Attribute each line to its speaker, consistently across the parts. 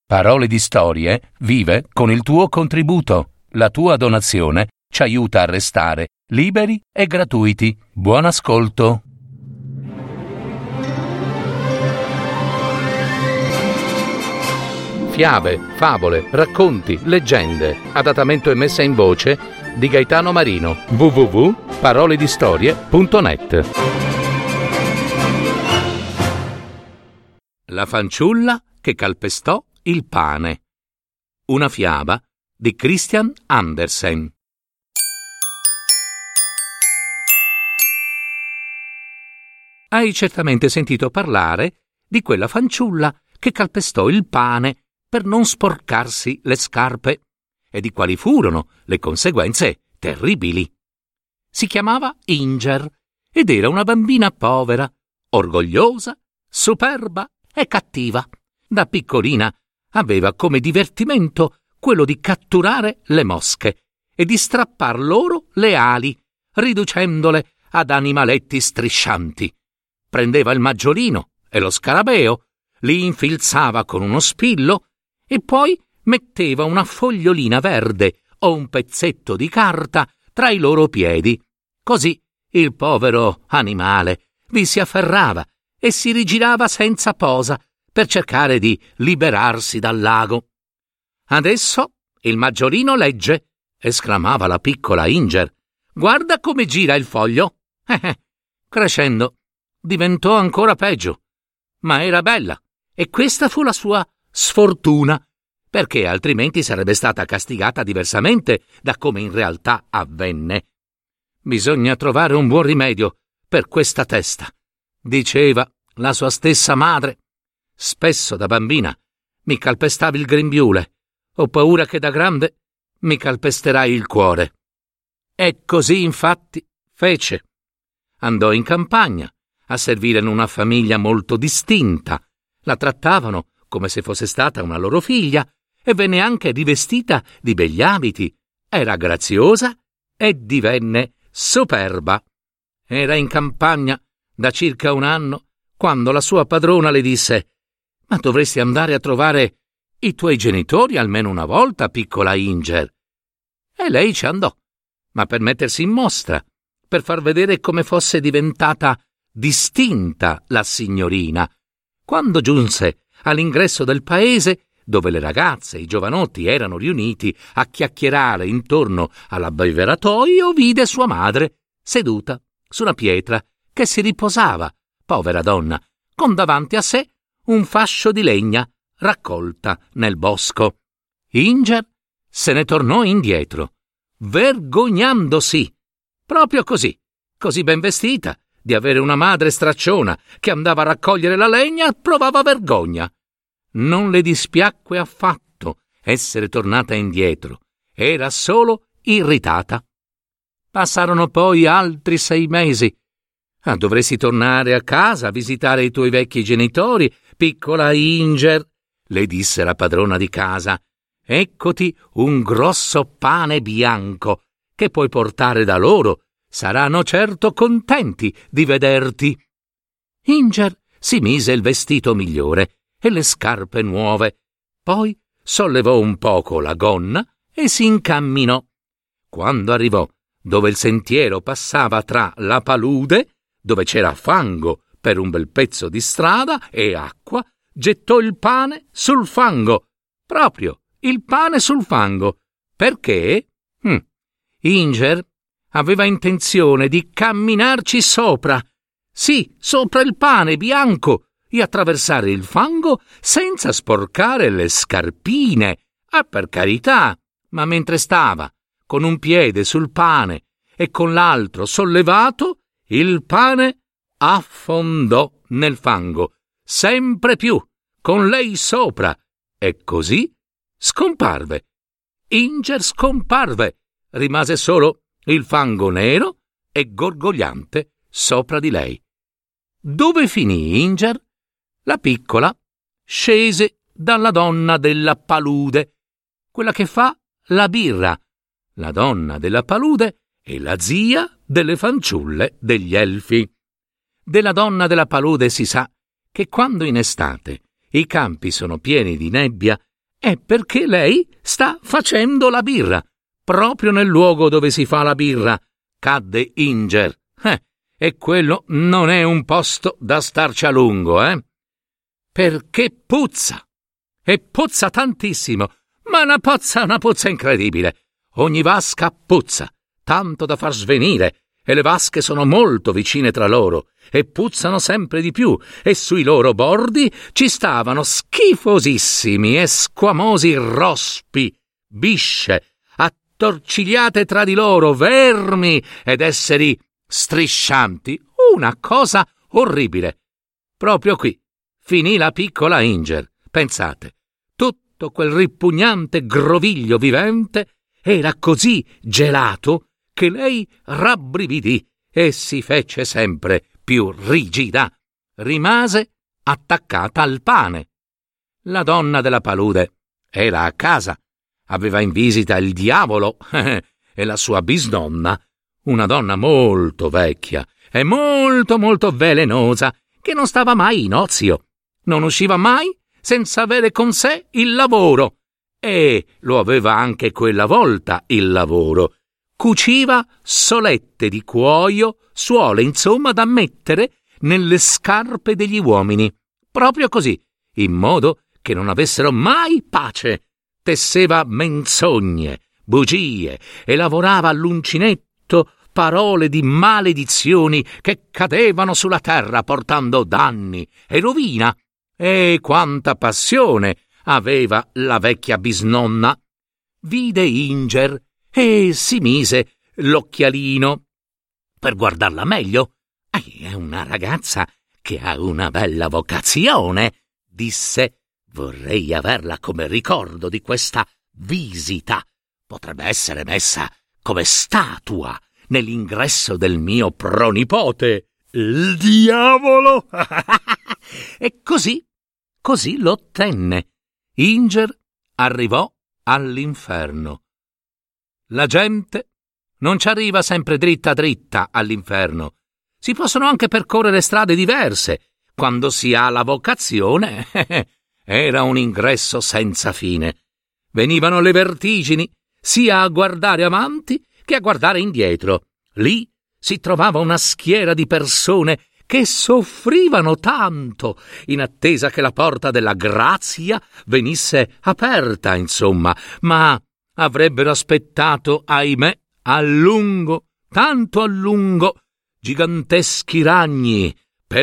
Speaker 1: Parole di Storie vive con il tuo contributo. La tua donazione ci aiuta a restare liberi e gratuiti. Buon ascolto. Fiabe, favole, racconti, leggende. Adattamento e messa in voce di Gaetano Marino. www.paroledistorie.net. La fanciulla che calpestò il pane. Una fiaba di Christian Andersen. Hai certamente sentito parlare di quella fanciulla che calpestò il pane per non sporcarsi le scarpe e di quali furono le conseguenze terribili. Si chiamava Inger ed era una bambina povera, orgogliosa, superba e cattiva. Da piccolina aveva come divertimento quello di catturare le mosche e di strappar loro le ali, riducendole ad animaletti striscianti. Prendeva il maggiolino e lo scarabeo, li infilzava con uno spillo e poi metteva una fogliolina verde o un pezzetto di carta tra i loro piedi. Così il povero animale vi si afferrava e si rigirava senza posa per cercare di liberarsi dal lago. «Adesso il maggiolino legge», esclamava la piccola Inger. «Guarda come gira il foglio». Crescendo diventò ancora peggio, ma era bella e questa fu la sua sfortuna, perché altrimenti sarebbe stata castigata diversamente da come in realtà avvenne. «Bisogna trovare un buon rimedio per questa testa», diceva la sua stessa madre. «Spesso da bambina mi calpestavi il grembiule. Ho paura che da grande mi calpesterai il cuore». E così infatti fece. Andò in campagna a servire in una famiglia molto distinta. La trattavano come se fosse stata una loro figlia e venne anche rivestita di begli abiti. Era graziosa e divenne superba. Era in campagna da circa un anno quando la sua padrona le disse: «Ma dovresti andare a trovare i tuoi genitori almeno una volta, piccola Inger». E lei ci andò, ma per mettersi in mostra, per far vedere come fosse diventata distinta la signorina. Quando giunse all'ingresso del paese, dove le ragazze e i giovanotti erano riuniti a chiacchierare intorno all'abbeveratoio, vide sua madre seduta su una pietra che si riposava, povera donna, con davanti a sé un fascio di legna raccolta nel bosco. Inger se ne tornò indietro, vergognandosi, proprio così ben vestita, di avere una madre stracciona che andava a raccogliere la legna, provava vergogna. Non le dispiacque affatto essere tornata indietro, era solo irritata. Passarono poi altri 6 mesi. «Dovresti tornare a casa a visitare i tuoi vecchi genitori, piccola Inger», le disse la padrona di casa. «Eccoti un grosso pane bianco che puoi portare da loro. Saranno certo contenti di vederti». Inger si mise il vestito migliore e le scarpe nuove. Poi sollevò un poco la gonna e si incamminò. Quando arrivò dove il sentiero passava tra la palude, dove c'era fango per un bel pezzo di strada e acqua, gettò il pane sul fango. Proprio il pane sul fango. Perché? Inger aveva intenzione di camminarci sopra. Sì, sopra il pane bianco e attraversare il fango senza sporcare le scarpine. Per carità, ma mentre stava con un piede sul pane e con l'altro sollevato, il pane affondò nel fango, sempre più, con lei sopra, e così scomparve. Inger scomparve, rimase solo il fango nero e gorgogliante sopra di lei. Dove finì Inger? La piccola scese dalla donna della palude, quella che fa la birra. La donna della palude è la zia delle fanciulle degli elfi. Della donna della palude si sa che quando in estate i campi sono pieni di nebbia, È perché lei sta facendo la birra. Proprio nel luogo dove si fa la birra cadde Inger. E quello non è un posto da starci a lungo, Perché puzza. E puzza tantissimo, ma una puzza incredibile. Ogni vasca puzza, tanto da far svenire, e le vasche sono molto vicine tra loro, e puzzano sempre di più, e sui loro bordi ci stavano schifosissimi e squamosi rospi, bisce, attorcigliate tra di loro, vermi ed esseri striscianti, una cosa orribile. Proprio qui finì la piccola Inger. Pensate, tutto quel ripugnante groviglio vivente era così gelato che lei rabbrividì e si fece sempre più rigida. Rimase attaccata al pane. La donna della palude era a casa. Aveva in visita il diavolo e la sua bisnonna, una donna molto vecchia e molto velenosa, che non stava mai in ozio. Non usciva mai senza avere con sé il lavoro. E lo aveva anche quella volta il lavoro. Cuciva solette di cuoio, suole insomma da mettere nelle scarpe degli uomini. Proprio così, in modo che non avessero mai pace. Tesseva menzogne, bugie e lavorava all'uncinetto parole di maledizioni che cadevano sulla terra portando danni e rovina. E quanta passione aveva la vecchia bisnonna. Vide Inger e si mise l'occhialino per guardarla meglio. È una ragazza che ha una bella vocazione, disse. Vorrei averla come ricordo di questa visita. Potrebbe essere messa come statua nell'ingresso del mio pronipote, il diavolo. E così l'ottenne. Inger arrivò all'inferno. La gente non ci arriva sempre dritta all'inferno. Si possono anche percorrere strade diverse. Quando si ha la vocazione, era un ingresso senza fine. Venivano le vertigini, sia a guardare avanti che a guardare indietro. Lì si trovava una schiera di persone che soffrivano tanto, in attesa che la porta della grazia venisse aperta, insomma, ma avrebbero aspettato, ahimè, a lungo, tanto a lungo, giganteschi ragni,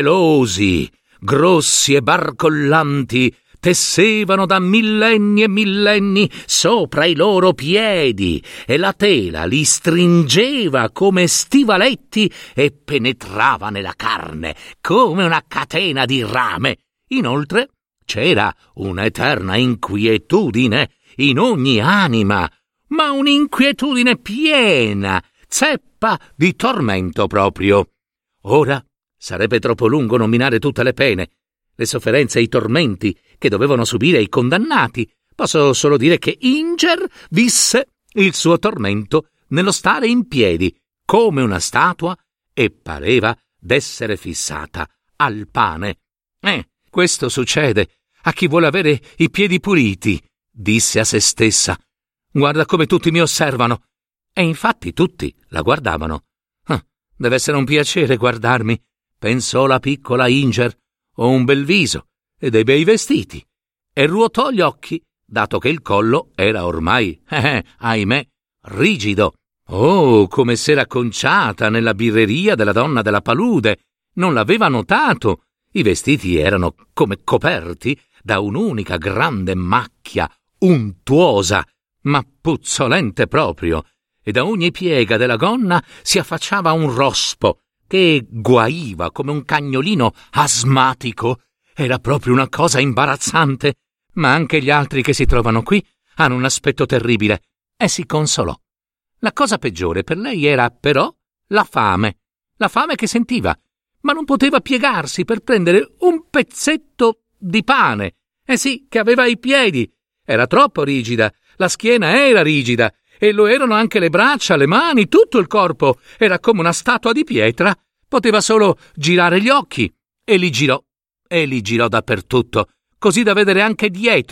Speaker 1: pelosi, grossi e barcollanti, tessevano da millenni e millenni sopra i loro piedi e la tela li stringeva come stivaletti e penetrava nella carne come una catena di rame. Inoltre c'era un'eterna inquietudine in ogni anima, ma un'inquietudine piena, zeppa di tormento proprio. Ora sarebbe troppo lungo nominare tutte le pene, le sofferenze e i tormenti che dovevano subire i condannati. Posso solo dire che Inger visse il suo tormento nello stare in piedi, come una statua, e pareva d'essere fissata al pane. Questo succede a chi vuole avere i piedi puliti, disse a se stessa. Guarda come tutti mi osservano. E infatti tutti la guardavano. Deve essere un piacere guardarmi, pensò la piccola Inger. Ho un bel viso e dei bei vestiti. E ruotò gli occhi, dato che il collo era ormai, ahimè, rigido. Oh, come s'era conciata nella birreria della donna della palude. Non l'aveva notato. I vestiti erano come coperti da un'unica grande macchia untuosa, ma puzzolente proprio, e da ogni piega della gonna si affacciava un rospo che guaiva come un cagnolino asmatico. Era proprio una cosa imbarazzante, ma anche gli altri che si trovano qui hanno un aspetto terribile, e si consolò. La cosa peggiore per lei era, però, la fame che sentiva, ma non poteva piegarsi per prendere un pezzetto di pane. Sì, che aveva ai piedi. Era troppo rigida, la schiena era rigida, e lo erano anche le braccia, le mani, tutto il corpo. Era come una statua di pietra. Poteva solo girare gli occhi, e li girò dappertutto, così da vedere anche dietro,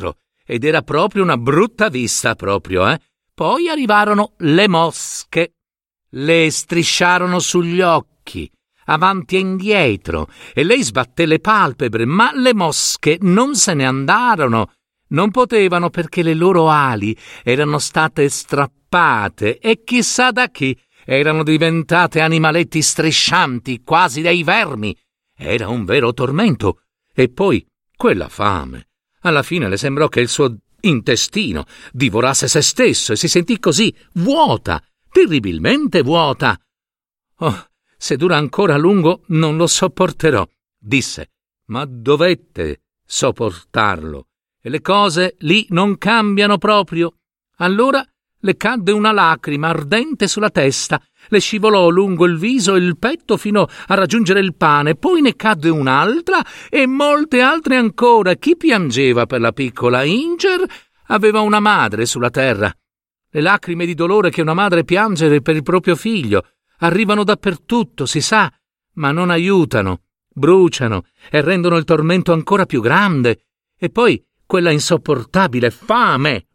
Speaker 1: ed era proprio una brutta vista, proprio, eh? Poi arrivarono le mosche, le strisciarono sugli occhi, avanti e indietro, e lei sbatté le palpebre, ma le mosche non se ne andarono. Non potevano perché le loro ali erano state strappate e chissà da chi erano diventate animaletti striscianti, quasi dei vermi. Era un vero tormento. E poi quella fame. Alla fine le sembrò che il suo intestino divorasse se stesso e si sentì così vuota, terribilmente vuota. «Oh, se dura ancora a lungo non lo sopporterò», disse, ma dovette sopportarlo. E le cose lì non cambiano proprio. Allora le cadde una lacrima ardente sulla testa, le scivolò lungo il viso e il petto fino a raggiungere il pane, poi ne cadde un'altra e molte altre ancora. Chi piangeva per la piccola Inger aveva una madre sulla terra. Le lacrime di dolore che una madre piange per il proprio figlio arrivano dappertutto, si sa, ma non aiutano, bruciano e rendono il tormento ancora più grande. E poi quella insopportabile fame,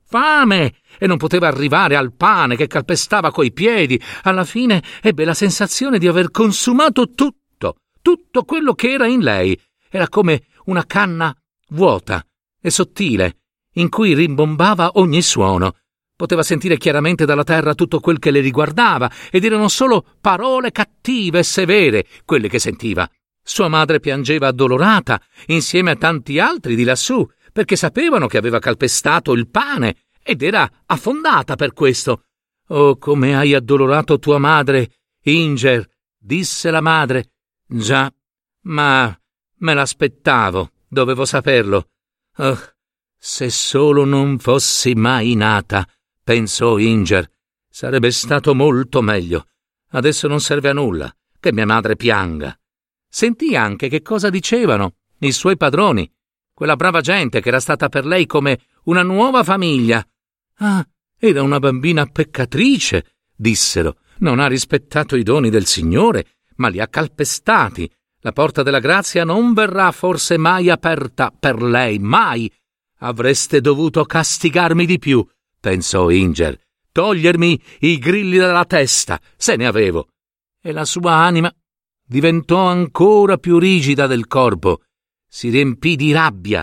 Speaker 1: e non poteva arrivare al pane che calpestava coi piedi. Alla fine ebbe la sensazione di aver consumato tutto quello che era in lei. Era come una canna vuota e sottile, in cui rimbombava ogni suono. Poteva sentire chiaramente dalla terra tutto quel che le riguardava, ed erano solo parole cattive e severe quelle che sentiva. Sua madre piangeva addolorata, insieme a tanti altri di lassù, perché sapevano che aveva calpestato il pane ed era affondata per questo. «Oh, come hai addolorato tua madre, Inger», disse la madre. «Già, ma me l'aspettavo, dovevo saperlo. Oh, se solo non fossi mai nata», pensò Inger, «sarebbe stato molto meglio. Adesso non serve a nulla che mia madre pianga». Sentì anche che cosa dicevano i suoi padroni, quella brava gente che era stata per lei come una nuova famiglia. «Ah, era una bambina peccatrice», dissero. «Non ha rispettato i doni del Signore, ma li ha calpestati. La porta della grazia non verrà forse mai aperta per lei, mai. Avreste dovuto castigarmi di più», pensò Inger, «togliermi i grilli dalla testa, se ne avevo». E la sua anima diventò ancora più rigida del corpo. Si riempì di rabbia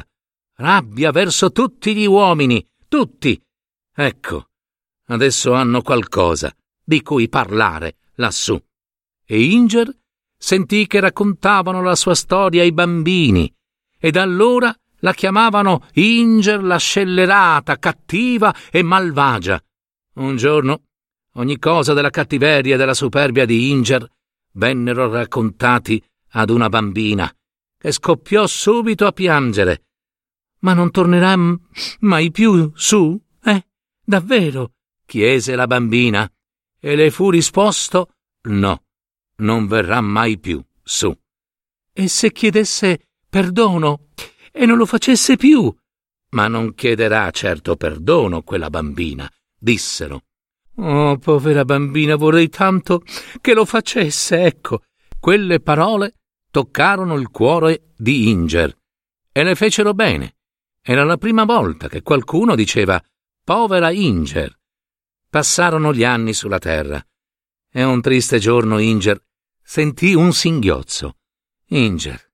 Speaker 1: verso tutti gli uomini, tutti. Ecco, adesso hanno qualcosa di cui parlare lassù. E Inger sentì che raccontavano la sua storia ai bambini, ed allora la chiamavano Inger la scellerata, cattiva e malvagia. Un giorno ogni cosa della cattiveria e della superbia di Inger vennero raccontati ad una bambina, che scoppiò subito a piangere. «Ma non tornerà mai più su, Davvero?» chiese la bambina, e le fu risposto: «No, non verrà mai più su». «E se chiedesse perdono e non lo facesse più?» «Ma non chiederà certo perdono quella bambina», dissero. «Oh, povera bambina, vorrei tanto che lo facesse, ecco». Quelle parole toccarono il cuore di Inger e le fecero bene. Era la prima volta che qualcuno diceva «povera Inger». Passarono gli anni sulla terra e un triste giorno Inger sentì un singhiozzo. «Inger,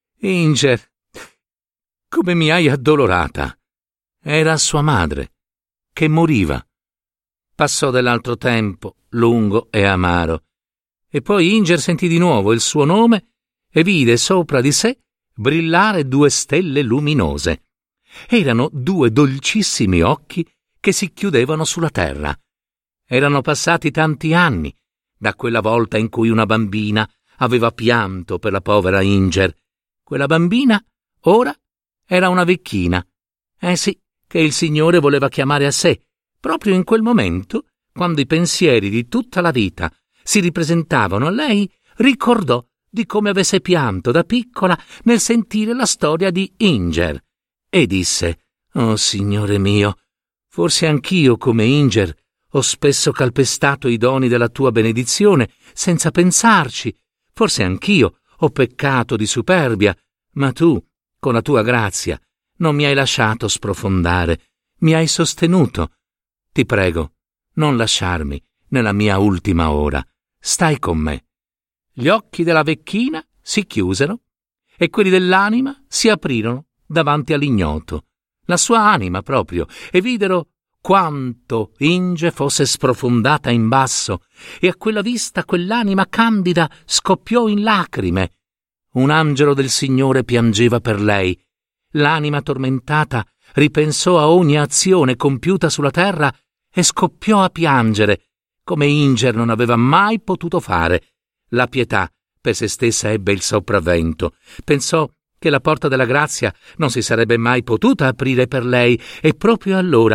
Speaker 1: come mi hai addolorata!» Era sua madre, che moriva. Passò dell'altro tempo, lungo e amaro, e poi Inger sentì di nuovo il suo nome e vide sopra di sé brillare 2 stelle luminose. Erano 2 dolcissimi occhi che si chiudevano sulla terra. Erano passati tanti anni da quella volta in cui una bambina aveva pianto per la povera Inger. Quella bambina ora era una vecchina. Sì, che il Signore voleva chiamare a sé, proprio in quel momento, quando i pensieri di tutta la vita si ripresentavano a lei, ricordò di come avesse pianto da piccola nel sentire la storia di Inger e disse: «Oh Signore mio, forse anch'io come Inger ho spesso calpestato i doni della tua benedizione senza pensarci. Forse anch'io ho peccato di superbia, ma tu, con la tua grazia, Non mi hai lasciato sprofondare, mi hai sostenuto. Ti prego, non lasciarmi nella mia ultima ora. Stai con me. Gli occhi della vecchina si chiusero e quelli dell'anima si aprirono davanti all'ignoto, la sua anima proprio, e videro quanto Inge fosse sprofondata in basso, e a quella vista quell'anima candida scoppiò in lacrime. Un angelo del Signore piangeva per lei. L'anima tormentata ripensò a ogni azione compiuta sulla terra e scoppiò a piangere, come Inger non aveva mai potuto fare. La pietà per se stessa ebbe il sopravvento. Pensò che la porta della grazia non si sarebbe mai potuta aprire per lei, e proprio allora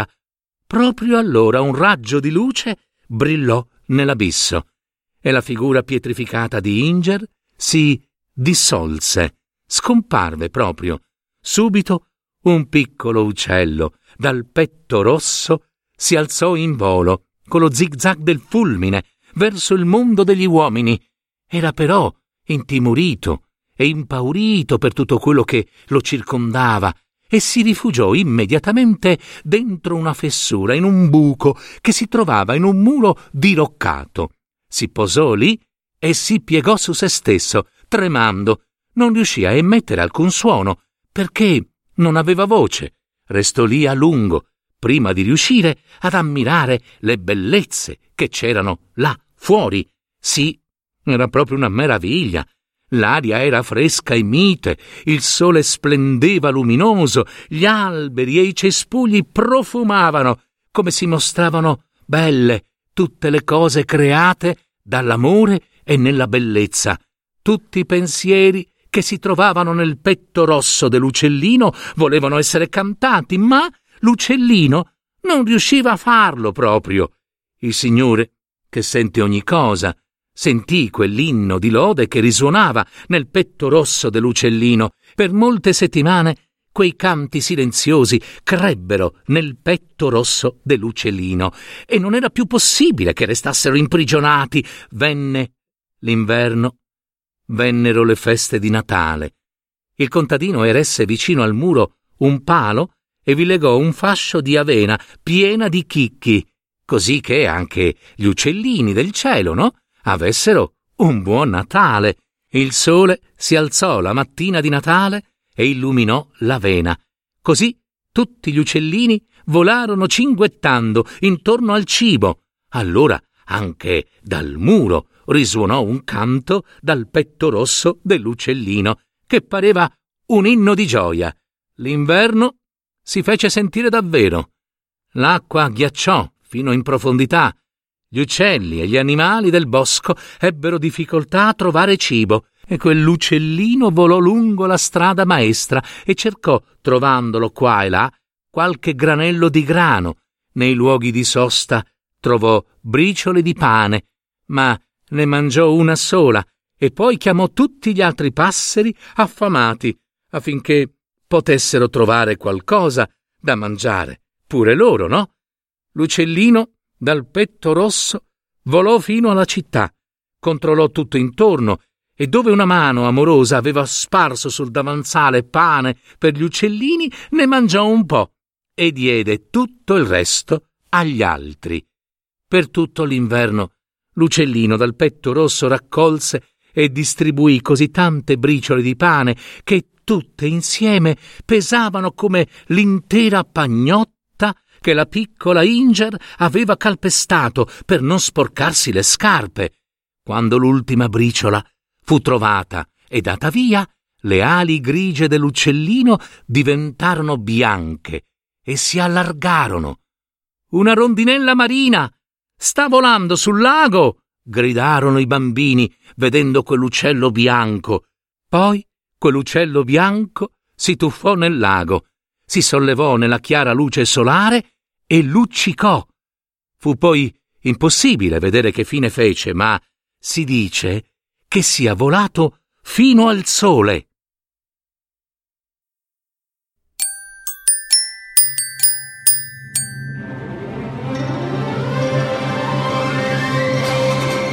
Speaker 1: un raggio di luce brillò nell'abisso e la figura pietrificata di Inger si dissolse, scomparve proprio. Subito un piccolo uccello dal petto rosso si alzò in volo con lo zig-zag del fulmine verso il mondo degli uomini. Era però intimorito e impaurito per tutto quello che lo circondava e si rifugiò immediatamente dentro una fessura, in un buco che si trovava in un muro diroccato. Si posò lì e si piegò su se stesso, tremando. Non riuscì a emettere alcun suono, perché non aveva voce. Restò lì a lungo, prima di riuscire ad ammirare le bellezze che c'erano là fuori. Sì, era proprio una meraviglia. L'aria era fresca e mite, il sole splendeva luminoso, gli alberi e i cespugli profumavano, come si mostravano belle tutte le cose create dall'amore e nella bellezza. Tutti i pensieri che si trovavano nel petto rosso dell'uccellino volevano essere cantati, ma l'uccellino non riusciva a farlo proprio. Il Signore, che sente ogni cosa, sentì quell'inno di lode che risuonava nel petto rosso dell'uccellino. Per molte settimane quei canti silenziosi crebbero nel petto rosso dell'uccellino e non era più possibile che restassero imprigionati. Venne l'inverno, vennero le feste di Natale. Il contadino eresse vicino al muro un palo e vi legò un fascio di avena piena di chicchi, così che anche gli uccellini del cielo, no? Avessero un buon Natale. Il sole si alzò la mattina di Natale e illuminò l'avena. Così tutti gli uccellini volarono cinguettando intorno al cibo. Allora anche dal muro risuonò un canto dal petto rosso dell'uccellino, che pareva un inno di gioia. L'inverno si fece sentire davvero. L'acqua ghiacciò fino in profondità. Gli uccelli e gli animali del bosco ebbero difficoltà a trovare cibo e quell'uccellino volò lungo la strada maestra e cercò, trovandolo qua e là, qualche granello di grano. Nei luoghi di sosta trovò briciole di pane, ma ne mangiò una sola e poi chiamò tutti gli altri passeri affamati affinché potessero trovare qualcosa da mangiare. Pure loro, no? L'uccellino dal petto rosso volò fino alla città, controllò tutto intorno e dove una mano amorosa aveva sparso sul davanzale pane per gli uccellini, ne mangiò un po' e diede tutto il resto agli altri. Per tutto l'inverno l'uccellino dal petto rosso raccolse e distribuì così tante briciole di pane che tutte insieme pesavano come l'intera pagnotta che la piccola Inger aveva calpestato per non sporcarsi le scarpe. Quando l'ultima briciola fu trovata e data via, le ali grigie dell'uccellino diventarono bianche e si allargarono. «Una rondinella marina! Sta volando sul lago!» gridarono i bambini, vedendo quell'uccello bianco. Poi quell'uccello bianco si tuffò nel lago, si sollevò nella chiara luce solare e luccicò. Fu poi impossibile vedere che fine fece, ma si dice che sia volato fino al sole.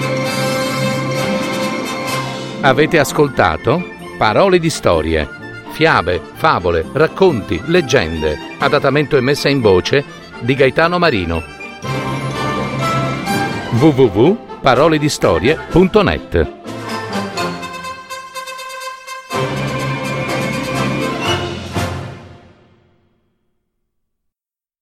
Speaker 2: Avete ascoltato Parole di Storie,
Speaker 1: fiabe, favole, racconti, leggende. Adattamento e messa in voce di Gaetano Marino. www.paroledistorie.net